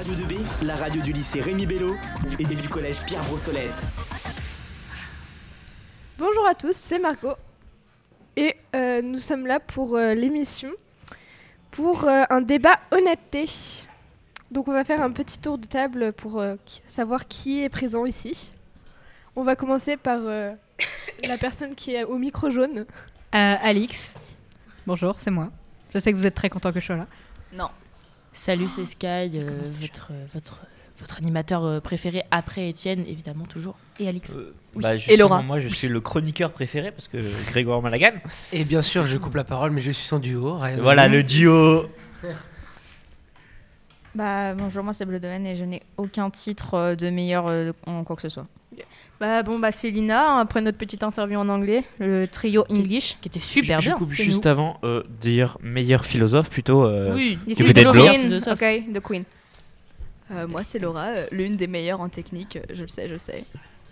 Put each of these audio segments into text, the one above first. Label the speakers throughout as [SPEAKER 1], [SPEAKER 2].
[SPEAKER 1] Radio 2B, la radio du lycée Rémi Bello et du collège Pierre Brossolette.
[SPEAKER 2] Bonjour à tous, c'est Margot et nous sommes là pour l'émission, pour un débat honnêteté. Donc on va faire un petit tour de table pour savoir qui est présent ici. On va commencer par la personne qui est au micro jaune.
[SPEAKER 3] Alix. Bonjour, c'est moi. Je sais que vous êtes très content que je sois là.
[SPEAKER 4] Non. Salut, c'est Sky, votre animateur préféré après Étienne, évidemment, toujours. Et Alix.
[SPEAKER 5] Et Laura. Moi, je suis le chroniqueur préféré parce que Grégoire Malagan.
[SPEAKER 6] Et bien sûr, je coupe la parole, mais je suis son duo.
[SPEAKER 5] Voilà, le duo.
[SPEAKER 7] Bonjour, moi c'est Bleu Dolène et je n'ai aucun titre de meilleur en quoi que ce soit. C'est Lina, après notre petite interview en anglais, le trio English,
[SPEAKER 4] qui était super bien.
[SPEAKER 5] Je coupe juste avant, dire meilleur philosophe plutôt.
[SPEAKER 4] Oui,
[SPEAKER 7] This
[SPEAKER 5] que
[SPEAKER 7] is
[SPEAKER 5] vous
[SPEAKER 7] the
[SPEAKER 5] êtes blanc.
[SPEAKER 7] Queen, ok, the Queen.
[SPEAKER 8] Moi c'est Laura, l'une des meilleures en technique, je le sais.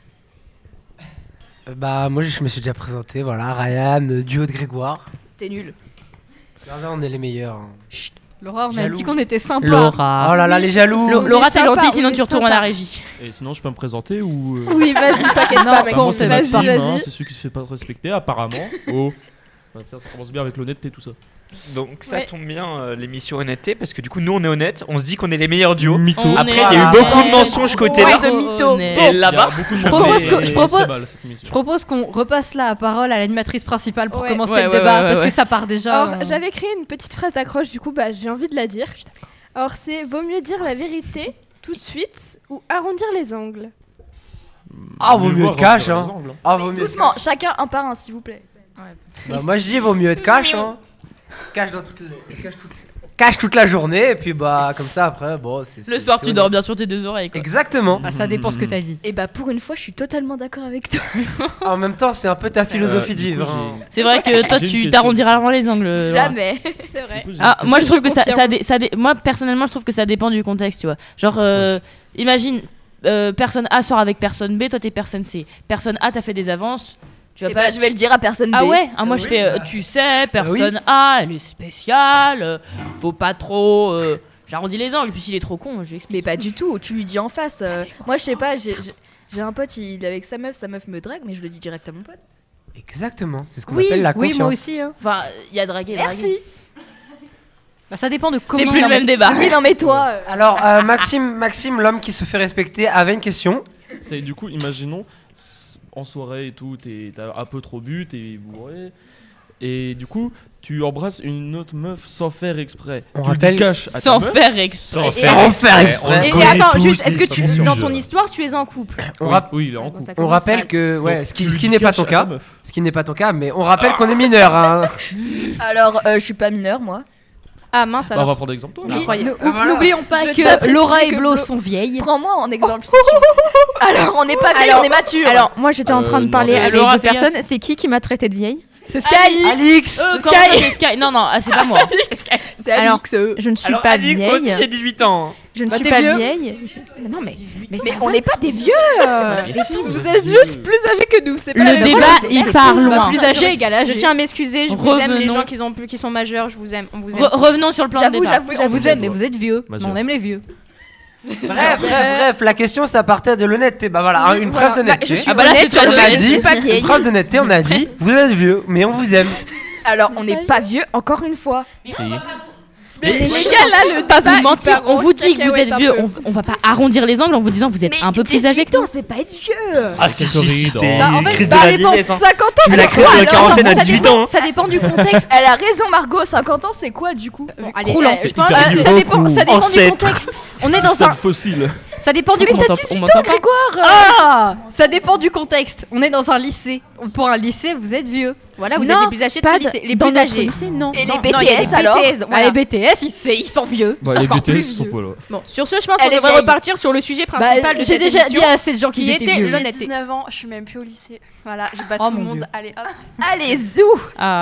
[SPEAKER 6] Moi je me suis déjà présenté, voilà, Ryan, duo de Grégoire.
[SPEAKER 8] T'es nul.
[SPEAKER 6] Là, on est les meilleurs. Hein.
[SPEAKER 3] Chut. Laura, on
[SPEAKER 6] Jaloux.
[SPEAKER 3] a dit qu'on était sympa.
[SPEAKER 4] Laura.
[SPEAKER 6] Oh là là, les jaloux.
[SPEAKER 4] Laura, t'es
[SPEAKER 2] sympa,
[SPEAKER 4] gentille, sinon
[SPEAKER 2] on
[SPEAKER 4] tu
[SPEAKER 2] est
[SPEAKER 4] retournes à
[SPEAKER 2] sympa.
[SPEAKER 4] la régie.
[SPEAKER 9] Et sinon, je peux me présenter ou
[SPEAKER 2] Oui, vas-y, t'inquiète pas, mec.
[SPEAKER 9] Moi, c'est
[SPEAKER 2] Vas-y,
[SPEAKER 9] Maxime,
[SPEAKER 2] vas-y.
[SPEAKER 9] c'est celui qui se fait pas respecter, apparemment. Oh. Ça commence bien avec l'honnêteté et tout ça.
[SPEAKER 5] Donc ça
[SPEAKER 2] Ouais.
[SPEAKER 5] tombe bien, l'émission honnêteté, parce que du coup, nous, on est honnêtes. On se dit qu'on est les meilleurs duos.
[SPEAKER 9] Mytho.
[SPEAKER 4] On
[SPEAKER 5] Après,
[SPEAKER 4] est-
[SPEAKER 5] il y a eu beaucoup de mensonges côté
[SPEAKER 8] Ouais,
[SPEAKER 5] là.
[SPEAKER 8] de mytho.
[SPEAKER 5] Et là-bas.
[SPEAKER 9] Beaucoup de
[SPEAKER 3] propose que- je propose-
[SPEAKER 9] cette
[SPEAKER 3] Je propose qu'on repasse la parole à l'animatrice principale pour
[SPEAKER 2] Ouais.
[SPEAKER 3] commencer
[SPEAKER 4] Ouais,
[SPEAKER 3] le
[SPEAKER 4] ouais,
[SPEAKER 3] débat,
[SPEAKER 4] ouais,
[SPEAKER 3] parce
[SPEAKER 4] ouais.
[SPEAKER 3] que ça part déjà.
[SPEAKER 2] Alors, j'avais créé une petite phrase d'accroche, du coup, j'ai envie de la dire. Alors, c'est vaut mieux dire la vérité tout de suite ou arrondir les angles.
[SPEAKER 6] Ah, vaut mieux être cash, hein. Ah, vaut mieux.
[SPEAKER 8] Doucement, chacun un par un s'il vous plaît.
[SPEAKER 6] Moi je dis, vaut mieux être cash, hein. Cash dans cash toute la journée, et puis comme ça après, c'est.
[SPEAKER 4] Le soir, tu dors bien sur tes deux oreilles. Quoi.
[SPEAKER 6] Exactement.
[SPEAKER 3] Ça dépend ce que t'as dit.
[SPEAKER 8] Et pour une fois, je suis totalement d'accord avec toi.
[SPEAKER 6] En même temps, c'est un peu ta philosophie de vivre. Hein.
[SPEAKER 4] C'est vrai que toi,
[SPEAKER 9] J'ai une
[SPEAKER 4] tu
[SPEAKER 9] question.
[SPEAKER 4] t'arrondiras vraiment les angles. Laura.
[SPEAKER 8] Jamais.
[SPEAKER 2] C'est vrai.
[SPEAKER 4] Moi je trouve que
[SPEAKER 2] confirme.
[SPEAKER 4] moi personnellement je trouve que ça dépend du contexte, tu vois. Genre imagine personne A sort avec personne B, toi t'es personne C. Personne A t'a fait des avances, tu vas pas
[SPEAKER 8] Je vais le dire à personne B.
[SPEAKER 4] Ah ouais, moi je
[SPEAKER 6] oui,
[SPEAKER 4] fais tu sais personne A, elle est spéciale, faut pas trop j'arrondis les angles, puis s'il est trop con, je lui explique.
[SPEAKER 8] Mais pas du tout, tu lui dis en face. Moi je sais pas, j'ai un pote, il est avec sa meuf me drague, mais je le dis direct à mon pote.
[SPEAKER 6] Exactement, c'est ce qu'on
[SPEAKER 3] Oui,
[SPEAKER 6] appelle la
[SPEAKER 3] oui,
[SPEAKER 6] confiance.
[SPEAKER 3] moi aussi. Hein.
[SPEAKER 4] Enfin, il y a draguer.
[SPEAKER 8] Merci.
[SPEAKER 3] Ça dépend de comment.
[SPEAKER 4] C'est plus le même débat.
[SPEAKER 8] Oui, non mais toi.
[SPEAKER 6] Alors, Maxime, l'homme qui se fait respecter, avait une question.
[SPEAKER 9] C'est du coup, imaginons en soirée et tout, t'as un peu trop bu, t'es bourré, et du coup, tu embrasses une autre meuf sans faire exprès.
[SPEAKER 6] On
[SPEAKER 9] Tu
[SPEAKER 6] rappelle-
[SPEAKER 9] le caches à ta
[SPEAKER 4] Sans
[SPEAKER 9] meuf.
[SPEAKER 4] faire exprès.
[SPEAKER 6] Sans faire exprès.
[SPEAKER 7] Et
[SPEAKER 9] connaît
[SPEAKER 7] attends,
[SPEAKER 9] tous
[SPEAKER 7] juste,
[SPEAKER 9] les
[SPEAKER 7] est-ce que tu,
[SPEAKER 9] situations.
[SPEAKER 7] dans ton histoire, tu es en couple?
[SPEAKER 9] Oui, il est en couple.
[SPEAKER 7] Ça
[SPEAKER 6] On
[SPEAKER 7] commence
[SPEAKER 6] rappelle
[SPEAKER 7] mal.
[SPEAKER 6] que,
[SPEAKER 9] Donc,
[SPEAKER 6] ce
[SPEAKER 9] tu lui
[SPEAKER 6] qui
[SPEAKER 9] dis
[SPEAKER 6] n'est pas
[SPEAKER 9] cache
[SPEAKER 6] ton
[SPEAKER 9] à ta
[SPEAKER 6] cas,
[SPEAKER 9] meuf.
[SPEAKER 6] mais on rappelle qu'on est mineur. Hein.
[SPEAKER 8] Alors, je suis pas mineure moi.
[SPEAKER 7] Ah mince
[SPEAKER 9] Bah, on
[SPEAKER 7] alors.
[SPEAKER 9] va prendre exemple toi.
[SPEAKER 7] Je
[SPEAKER 9] alors.
[SPEAKER 7] croyais.
[SPEAKER 6] Voilà.
[SPEAKER 3] N'oublions pas
[SPEAKER 8] Je
[SPEAKER 3] que
[SPEAKER 8] t'apprécie
[SPEAKER 3] Laura et
[SPEAKER 8] que
[SPEAKER 3] Blo
[SPEAKER 8] Blo-
[SPEAKER 3] sont vieilles.
[SPEAKER 8] Prends-moi en exemple si tu veux. Alors, on n'est pas vieille, on est mature.
[SPEAKER 7] Alors, moi j'étais en train de
[SPEAKER 9] non,
[SPEAKER 7] parler
[SPEAKER 9] mais
[SPEAKER 7] avec
[SPEAKER 4] Laura,
[SPEAKER 7] deux
[SPEAKER 4] fais gaffe.
[SPEAKER 7] personnes. C'est qui m'a traité de vieille?
[SPEAKER 3] C'est Sky.
[SPEAKER 6] Alix
[SPEAKER 4] Comment ça, c'est Sky? Non, c'est pas moi.
[SPEAKER 8] c'est
[SPEAKER 7] Alors,
[SPEAKER 8] Alix.
[SPEAKER 7] Je ne suis
[SPEAKER 5] Alors,
[SPEAKER 7] pas
[SPEAKER 5] Alix, moi aussi
[SPEAKER 7] vieille.
[SPEAKER 5] j'ai 18 ans.
[SPEAKER 7] Je ne
[SPEAKER 2] Bah,
[SPEAKER 7] suis
[SPEAKER 2] t'es
[SPEAKER 7] pas
[SPEAKER 2] vieux.
[SPEAKER 7] vieille. Non mais
[SPEAKER 8] Mais on n'est pas des vieux.
[SPEAKER 2] Vous êtes juste plus âgés que nous, c'est pas la
[SPEAKER 4] Le
[SPEAKER 2] même
[SPEAKER 4] débat,
[SPEAKER 2] chose.
[SPEAKER 4] il part loin.
[SPEAKER 7] plus âgé égale âgé. Je tiens à m'excuser. Je vous aime les
[SPEAKER 4] Revenons.
[SPEAKER 7] gens qui sont majeurs. Je vous aime. On vous aime.
[SPEAKER 4] Revenons sur le plan de débat.
[SPEAKER 7] On vous aime, mais vous êtes vieux.
[SPEAKER 9] Vas-y.
[SPEAKER 3] On aime les vieux.
[SPEAKER 6] Bref, la question ça partait de l'honnêteté. Voilà, une preuve d'honnêteté.
[SPEAKER 7] je suis
[SPEAKER 4] Ah bah là,
[SPEAKER 7] honnête,
[SPEAKER 4] c'est toi
[SPEAKER 6] On
[SPEAKER 4] de
[SPEAKER 6] a
[SPEAKER 7] je
[SPEAKER 6] dit,
[SPEAKER 7] suis pas vieille.
[SPEAKER 6] une preuve d'honnêteté, on a dit, vous êtes vieux, mais on vous aime.
[SPEAKER 8] Alors, on n'est pas vieux, encore une fois.
[SPEAKER 2] Mais les
[SPEAKER 4] je
[SPEAKER 2] gars, là, le
[SPEAKER 4] Pas
[SPEAKER 2] débat,
[SPEAKER 4] vous
[SPEAKER 2] il
[SPEAKER 4] mentir,
[SPEAKER 2] part
[SPEAKER 4] on
[SPEAKER 2] en
[SPEAKER 4] vous dit que vous
[SPEAKER 2] cacahuète
[SPEAKER 4] êtes
[SPEAKER 2] un
[SPEAKER 4] vieux,
[SPEAKER 2] peu.
[SPEAKER 4] on va pas arrondir les angles en vous disant vous êtes un peu plus âgé que
[SPEAKER 8] 18
[SPEAKER 4] nous.
[SPEAKER 8] ans, c'est pas être vieux.
[SPEAKER 5] Ah,
[SPEAKER 9] c'est horrible.
[SPEAKER 5] c'est
[SPEAKER 2] Bah, en fait,
[SPEAKER 5] crise de
[SPEAKER 2] ça
[SPEAKER 5] la
[SPEAKER 2] dépend
[SPEAKER 5] vieillesse.
[SPEAKER 2] 50 ans,
[SPEAKER 5] C'est la
[SPEAKER 2] c'est
[SPEAKER 5] crise
[SPEAKER 2] quoi
[SPEAKER 5] de la
[SPEAKER 2] alors
[SPEAKER 5] quarantaine à
[SPEAKER 2] Ça
[SPEAKER 5] 18
[SPEAKER 2] dépend-
[SPEAKER 5] ans.
[SPEAKER 2] Ça dépend du contexte.
[SPEAKER 8] Elle a raison, Margot, 50 ans, c'est quoi du coup
[SPEAKER 7] Allez,
[SPEAKER 2] Croulant.
[SPEAKER 7] je pense.
[SPEAKER 9] hyper vieux.
[SPEAKER 2] Ça dépend du
[SPEAKER 5] Ancêtre.
[SPEAKER 2] contexte. On est dans
[SPEAKER 9] Stade
[SPEAKER 2] un...
[SPEAKER 9] fossile.
[SPEAKER 3] Ça dépend du
[SPEAKER 4] On
[SPEAKER 3] contexte.
[SPEAKER 4] m'entend- on m'entend pas.
[SPEAKER 3] Ah, ça dépend du contexte. On est dans un lycée. Pour un lycée, vous êtes vieux.
[SPEAKER 7] Voilà, vous
[SPEAKER 3] Non,
[SPEAKER 7] êtes les plus âgés de
[SPEAKER 3] pas
[SPEAKER 7] ce
[SPEAKER 3] de-
[SPEAKER 7] lycée. Les
[SPEAKER 3] dans
[SPEAKER 7] plus
[SPEAKER 3] notre
[SPEAKER 7] âgés.
[SPEAKER 3] lycée, non.
[SPEAKER 8] Et
[SPEAKER 3] Non,
[SPEAKER 8] les
[SPEAKER 3] non, il y a
[SPEAKER 8] BTS alors
[SPEAKER 3] Ah, les BTS, ils sont vieux.
[SPEAKER 9] Bah,
[SPEAKER 3] C'est
[SPEAKER 9] les
[SPEAKER 3] encore
[SPEAKER 9] BTS
[SPEAKER 3] plus
[SPEAKER 9] sont
[SPEAKER 3] vieux.
[SPEAKER 9] pas là.
[SPEAKER 7] Bon, sur ce, je pense
[SPEAKER 8] Elle
[SPEAKER 7] qu'on
[SPEAKER 8] est
[SPEAKER 7] devrait
[SPEAKER 8] vieille.
[SPEAKER 7] repartir sur le sujet
[SPEAKER 3] Bah,
[SPEAKER 7] principal de
[SPEAKER 3] j'ai
[SPEAKER 7] cette
[SPEAKER 3] déjà dit
[SPEAKER 7] émission.
[SPEAKER 3] à ces gens qui
[SPEAKER 7] qui
[SPEAKER 3] étaient
[SPEAKER 7] était
[SPEAKER 3] vieux.
[SPEAKER 7] le-
[SPEAKER 10] J'ai
[SPEAKER 7] L'honnêteté.
[SPEAKER 10] 19 ans, je suis même plus au lycée. Voilà, je bats
[SPEAKER 3] Oh,
[SPEAKER 10] tout le
[SPEAKER 3] mon
[SPEAKER 10] monde.
[SPEAKER 3] Dieu.
[SPEAKER 10] Allez, hop.
[SPEAKER 8] Allez, zou.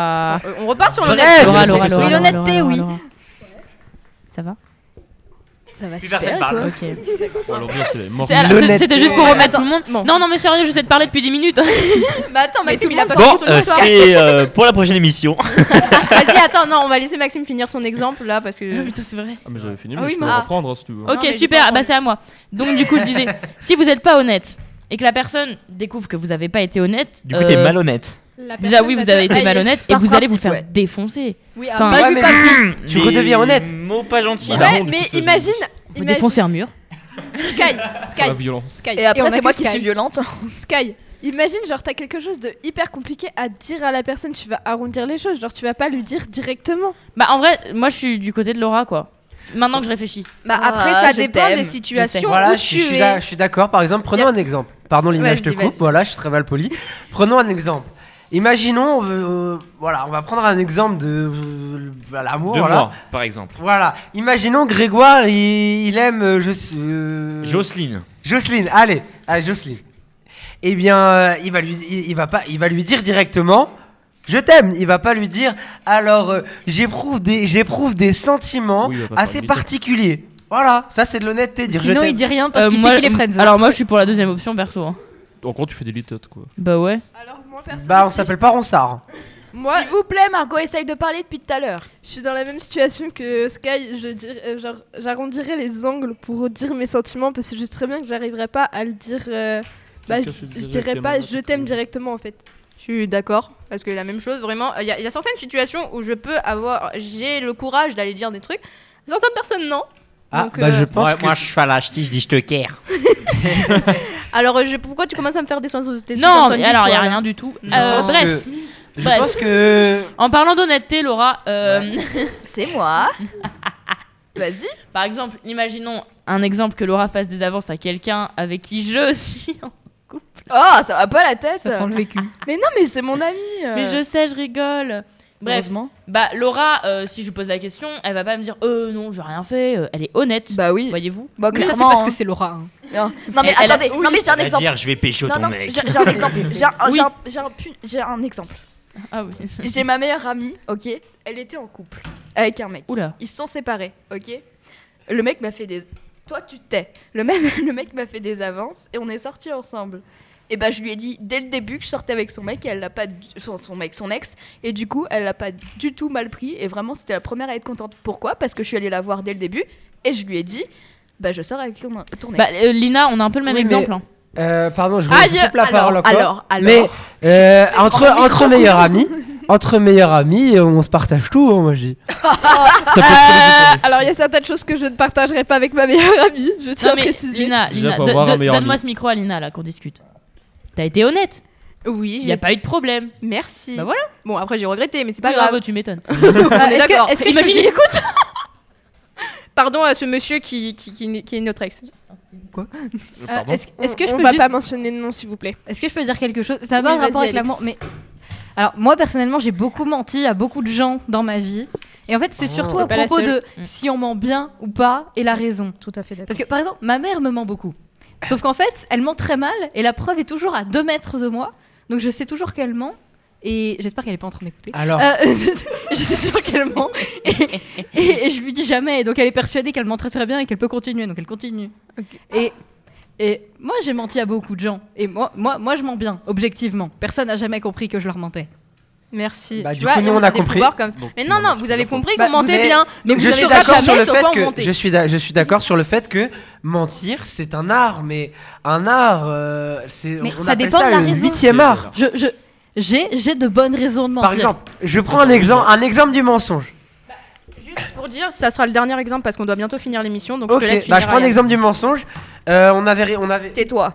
[SPEAKER 4] Ah.
[SPEAKER 7] On repart sur
[SPEAKER 6] Bref.
[SPEAKER 7] l'honnêteté.
[SPEAKER 4] Laura,
[SPEAKER 6] Oui,
[SPEAKER 4] Laura,
[SPEAKER 6] l'honnêteté,
[SPEAKER 4] Laura,
[SPEAKER 3] oui.
[SPEAKER 4] Laura. Ça va?
[SPEAKER 8] Ça va
[SPEAKER 5] Plus
[SPEAKER 8] super,
[SPEAKER 5] personne
[SPEAKER 8] toi.
[SPEAKER 5] parle.
[SPEAKER 4] Ok.
[SPEAKER 9] Bon, l'ambiance, elle est morte.
[SPEAKER 4] C'était juste pour
[SPEAKER 7] Ouais,
[SPEAKER 4] remettre
[SPEAKER 7] attends,
[SPEAKER 4] tout le monde.
[SPEAKER 7] bon.
[SPEAKER 4] Non, mais sérieux, j'essaie de parler depuis 10 minutes.
[SPEAKER 7] Bah attends, Maxime,
[SPEAKER 8] tout
[SPEAKER 7] il a
[SPEAKER 8] le
[SPEAKER 7] pas
[SPEAKER 8] monde
[SPEAKER 7] fini
[SPEAKER 5] Bon,
[SPEAKER 7] son histoire.
[SPEAKER 5] c'est pour la prochaine émission.
[SPEAKER 7] Vas-y, attends, non, on va laisser Maxime finir son exemple là parce que.
[SPEAKER 4] Putain, c'est vrai.
[SPEAKER 9] Ah, mais j'avais fini,
[SPEAKER 7] Ah
[SPEAKER 9] mais
[SPEAKER 7] oui,
[SPEAKER 9] je peux
[SPEAKER 7] mais-
[SPEAKER 9] reprendre si tu veux.
[SPEAKER 7] Non,
[SPEAKER 4] Ok,
[SPEAKER 7] mais j'ai
[SPEAKER 4] super,
[SPEAKER 7] pas
[SPEAKER 4] bah c'est à moi. Donc du coup, je disais, si vous n'êtes pas honnête et que la personne découvre que vous n'avez pas été honnête,
[SPEAKER 5] Du coup, t'es malhonnête.
[SPEAKER 4] déjà oui, vous avez été malhonnête et
[SPEAKER 8] Par
[SPEAKER 4] vous allez vous
[SPEAKER 8] principe,
[SPEAKER 4] faire
[SPEAKER 8] ouais.
[SPEAKER 4] défoncer.
[SPEAKER 7] Oui,
[SPEAKER 4] Enfin,
[SPEAKER 7] pas
[SPEAKER 6] ouais,
[SPEAKER 7] du
[SPEAKER 6] mais-
[SPEAKER 7] papier.
[SPEAKER 6] Tu redeviens honnête.
[SPEAKER 5] Mot pas gentil.
[SPEAKER 9] Voilà.
[SPEAKER 5] là.
[SPEAKER 2] Ouais, mais imagine,
[SPEAKER 4] Vous défoncez un mur.
[SPEAKER 2] Sky,
[SPEAKER 9] La violence.
[SPEAKER 2] Sky.
[SPEAKER 8] Et après,
[SPEAKER 2] on a
[SPEAKER 8] c'est moi
[SPEAKER 2] que
[SPEAKER 8] qui
[SPEAKER 2] Sky.
[SPEAKER 8] suis violente.
[SPEAKER 2] Sky, imagine, genre, t'as quelque chose de hyper compliqué à dire à la personne, tu vas arrondir les choses, genre, tu vas pas lui dire directement.
[SPEAKER 4] Bah en vrai, moi je suis du côté de Laura quoi. Maintenant que je réfléchis.
[SPEAKER 7] Bah
[SPEAKER 8] Ah,
[SPEAKER 7] après, ça
[SPEAKER 8] je
[SPEAKER 7] dépend
[SPEAKER 8] t'aime,
[SPEAKER 7] des
[SPEAKER 8] je
[SPEAKER 7] situations
[SPEAKER 6] Voilà,
[SPEAKER 7] où
[SPEAKER 6] je
[SPEAKER 7] tu
[SPEAKER 6] suis,
[SPEAKER 7] es.
[SPEAKER 6] je suis d'accord. Par exemple, prenons un exemple. Pardon, Lina, je te
[SPEAKER 7] Vas-y,
[SPEAKER 6] coupe.
[SPEAKER 7] vas-y.
[SPEAKER 6] Voilà, je suis très mal poli. Prenons un exemple. Imaginons, voilà, on va prendre un exemple de l'amour.
[SPEAKER 5] De
[SPEAKER 6] Voilà.
[SPEAKER 5] moi, par exemple.
[SPEAKER 6] Voilà. Imaginons Grégoire, il aime
[SPEAKER 5] Jocelyne.
[SPEAKER 6] Jocelyne. Allez, Jocelyne. Eh bien, il va lui dire directement. Je t'aime. Il va pas lui dire. Alors, j'éprouve des sentiments
[SPEAKER 9] Oui, il va pas
[SPEAKER 6] assez
[SPEAKER 9] faire imiter.
[SPEAKER 6] particuliers. Voilà, ça c'est de l'honnêteté. Dire je
[SPEAKER 7] Sinon,
[SPEAKER 6] t'aime.
[SPEAKER 7] il dit rien parce qu'il sait qu'il est friendzone.
[SPEAKER 4] alors moi je suis pour la deuxième option perso. hein.
[SPEAKER 9] En gros, tu fais des litotes quoi.
[SPEAKER 4] Bah ouais.
[SPEAKER 2] Alors, moi, personne.
[SPEAKER 6] Bah, on s'appelle pas Ronsard.
[SPEAKER 2] Moi,
[SPEAKER 8] S'il vous plaît, Margot essaye de parler depuis tout à l'heure.
[SPEAKER 2] je suis dans la même situation que Sky, je dirais, genre, j'arrondirais les angles pour dire mes sentiments parce que je sais très bien que j'arriverais pas à le dire. Bah, je dirais pas je t'aime directement en fait.
[SPEAKER 7] Je suis d'accord, parce que la même chose, vraiment, il y a certaines situations où j'ai le courage d'aller dire des trucs, certaines personnes non.
[SPEAKER 6] Ah,
[SPEAKER 7] Donc,
[SPEAKER 6] bah je pense que
[SPEAKER 5] moi, je suis à la ch'ti, je dis je te care.
[SPEAKER 7] Alors, pourquoi tu commences à me faire des soins de tes
[SPEAKER 4] Non,
[SPEAKER 7] soins de
[SPEAKER 4] alors il y a
[SPEAKER 7] toi, là
[SPEAKER 4] rien du tout.
[SPEAKER 6] je pense
[SPEAKER 4] Bref,
[SPEAKER 6] que- je
[SPEAKER 4] Bref.
[SPEAKER 6] pense que
[SPEAKER 4] en parlant d'honnêteté, Laura,
[SPEAKER 8] C'est moi. Vas-y.
[SPEAKER 4] par exemple, imaginons un exemple que Laura fasse des avances à quelqu'un avec qui je suis.
[SPEAKER 8] Oh, ça va pas la tête.
[SPEAKER 7] Ça sent le vécu.
[SPEAKER 8] Mais non, mais c'est mon ami.
[SPEAKER 4] Mais je sais, je rigole. Bref,
[SPEAKER 8] Heureusement.
[SPEAKER 4] bah Laura, si je lui pose la question, elle va pas me dire non, j'ai rien fait. Elle est honnête.
[SPEAKER 8] Bah oui.
[SPEAKER 4] Voyez-vous.
[SPEAKER 8] Bah,
[SPEAKER 7] Mais ça, c'est
[SPEAKER 8] clairement,
[SPEAKER 7] parce
[SPEAKER 8] hein.
[SPEAKER 7] que c'est Laura. hein.
[SPEAKER 8] Non, mais
[SPEAKER 4] Elle a-
[SPEAKER 8] attendez. Non, mais j'ai un
[SPEAKER 5] Va
[SPEAKER 8] exemple.
[SPEAKER 5] dire je vais pécho
[SPEAKER 8] Non,
[SPEAKER 5] ton
[SPEAKER 8] non,
[SPEAKER 5] mec.
[SPEAKER 8] j'ai un exemple.
[SPEAKER 4] Oui.
[SPEAKER 8] J'ai un exemple.
[SPEAKER 4] Ah oui.
[SPEAKER 8] J'ai ma meilleure amie, ok. Elle était en couple avec un mec.
[SPEAKER 4] Oula.
[SPEAKER 8] Ils se sont séparés, ok. Le mec m'a fait des. Toi, tu te tais. Le mec m'a fait des avances et on est sortis ensemble. Et bah, je lui ai dit dès le début que je sortais avec son mec et elle l'a pas. Son ex. Et du coup, elle l'a pas du tout mal pris. Et vraiment, c'était la première à être contente. Pourquoi ? Parce que je suis allée la voir dès le début et je lui ai dit bah, je sors avec ton ex.
[SPEAKER 4] Bah Lina, on a un peu le même
[SPEAKER 6] Oui, mais-
[SPEAKER 4] exemple. hein.
[SPEAKER 6] Pardon, je
[SPEAKER 4] Aïe,
[SPEAKER 6] coupe la parole encore.
[SPEAKER 8] alors.
[SPEAKER 6] Mais entre meilleurs amis, on se partage tout, hein, moi je dis.
[SPEAKER 9] Ça peut être
[SPEAKER 2] Alors, il y a certaines choses que je ne partagerai pas avec ma meilleure amie, je tiens
[SPEAKER 4] Non
[SPEAKER 2] à
[SPEAKER 4] mais
[SPEAKER 2] préciser.
[SPEAKER 4] Lina,
[SPEAKER 9] Déjà, faut avoir un meilleur
[SPEAKER 4] donne-moi
[SPEAKER 9] ami.
[SPEAKER 4] ce micro à Lina là qu'on discute. T'as été honnête.
[SPEAKER 7] Oui,
[SPEAKER 4] Il y a pas eu de problème.
[SPEAKER 7] Merci.
[SPEAKER 4] Bah voilà.
[SPEAKER 7] Bon, après, j'ai regretté, mais c'est
[SPEAKER 4] Pas
[SPEAKER 7] pas grave.
[SPEAKER 4] grave, tu m'étonnes.
[SPEAKER 7] Est-ce que, est-ce que
[SPEAKER 4] Imagine,
[SPEAKER 7] je
[SPEAKER 4] il
[SPEAKER 7] peux juste- Pardon à ce monsieur qui est notre ex.
[SPEAKER 9] Pardon.
[SPEAKER 7] Est-ce que je
[SPEAKER 2] on
[SPEAKER 7] peux
[SPEAKER 2] va
[SPEAKER 7] juste...
[SPEAKER 2] pas mentionner de nom, s'il vous plaît.
[SPEAKER 11] Est-ce que je peux dire quelque chose? Ça n'a pas
[SPEAKER 2] Oui,
[SPEAKER 11] un rapport
[SPEAKER 2] vas-y,
[SPEAKER 11] avec l'amour,
[SPEAKER 2] Alex.
[SPEAKER 11] mais. Alors, moi, personnellement, j'ai beaucoup menti à beaucoup de gens dans ma vie. Et en fait, c'est surtout à
[SPEAKER 7] pas la
[SPEAKER 11] propos de
[SPEAKER 7] seule.
[SPEAKER 11] si on ment bien ou pas et la raison.
[SPEAKER 7] Tout à fait d'accord.
[SPEAKER 11] Parce que, par exemple, ma mère me ment beaucoup. Sauf qu'en fait, elle ment très mal et la preuve est toujours à 2 mètres de moi. Donc, je sais toujours qu'elle ment. Et j'espère qu'elle est pas en train d'écouter.
[SPEAKER 6] Alors,
[SPEAKER 11] Je sais toujours qu'elle ment. Et je lui dis jamais. Donc, elle est persuadée qu'elle ment très très bien et qu'elle peut continuer. Donc, elle continue. Et moi, j'ai menti à beaucoup de gens. Et moi, je mens bien, objectivement. Personne n'a jamais compris que je leur mentais.
[SPEAKER 7] Merci.
[SPEAKER 6] Bah,
[SPEAKER 7] Tu
[SPEAKER 6] du
[SPEAKER 7] vois,
[SPEAKER 6] coup,
[SPEAKER 7] et
[SPEAKER 6] nous, on
[SPEAKER 7] a
[SPEAKER 6] a
[SPEAKER 7] des
[SPEAKER 6] compris.
[SPEAKER 7] pouvoirs comme ça.
[SPEAKER 9] Donc,
[SPEAKER 7] Mais
[SPEAKER 9] tu
[SPEAKER 7] non,
[SPEAKER 9] m'as
[SPEAKER 7] non,
[SPEAKER 9] menti
[SPEAKER 7] vous avez
[SPEAKER 9] plusieurs
[SPEAKER 7] compris
[SPEAKER 6] Bah,
[SPEAKER 7] qu'on mentait
[SPEAKER 6] vous avez-
[SPEAKER 7] bien. Mais vous
[SPEAKER 6] je suis
[SPEAKER 7] saurez
[SPEAKER 6] d'accord sur
[SPEAKER 7] jamais
[SPEAKER 6] le
[SPEAKER 7] sur
[SPEAKER 6] fait
[SPEAKER 7] quoi on
[SPEAKER 6] que
[SPEAKER 7] mentait.
[SPEAKER 6] je suis d'accord sur le fait que mentir c'est un art, mais un art, c'est
[SPEAKER 11] Mais
[SPEAKER 6] on
[SPEAKER 11] ça
[SPEAKER 6] appelle
[SPEAKER 11] dépend
[SPEAKER 6] ça
[SPEAKER 11] de la
[SPEAKER 6] le
[SPEAKER 11] raison.
[SPEAKER 6] 8e art.
[SPEAKER 11] J'ai de bonnes raisons de mentir.
[SPEAKER 6] Par exemple, je prends un exemple du mensonge.
[SPEAKER 7] Juste pour dire, ça sera le dernier exemple parce qu'on doit bientôt finir l'émission. Donc je
[SPEAKER 6] Ok,
[SPEAKER 7] te laisse
[SPEAKER 6] bah
[SPEAKER 7] finir.
[SPEAKER 6] je prends un
[SPEAKER 7] Ariane.
[SPEAKER 6] exemple du mensonge. On avait
[SPEAKER 8] Tais-toi.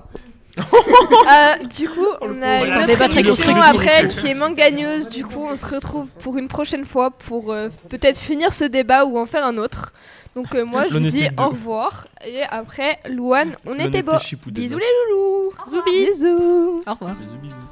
[SPEAKER 2] Du coup, on a
[SPEAKER 11] C'est un
[SPEAKER 2] une
[SPEAKER 11] débat
[SPEAKER 2] autre
[SPEAKER 11] très
[SPEAKER 2] émission
[SPEAKER 11] constructif.
[SPEAKER 2] après qui est manganeuse. Du coup, on se retrouve pour une prochaine fois pour peut-être finir ce débat ou en faire un autre. Donc moi, je vous dis
[SPEAKER 9] L'honnêteté
[SPEAKER 2] au
[SPEAKER 9] deux.
[SPEAKER 2] revoir. Et après, Louane, on était
[SPEAKER 9] L'honnêteté
[SPEAKER 2] beau.
[SPEAKER 9] chipoudée.
[SPEAKER 2] Bisous les loulous. Bisous.
[SPEAKER 11] Au revoir.
[SPEAKER 9] Bisous, bisous.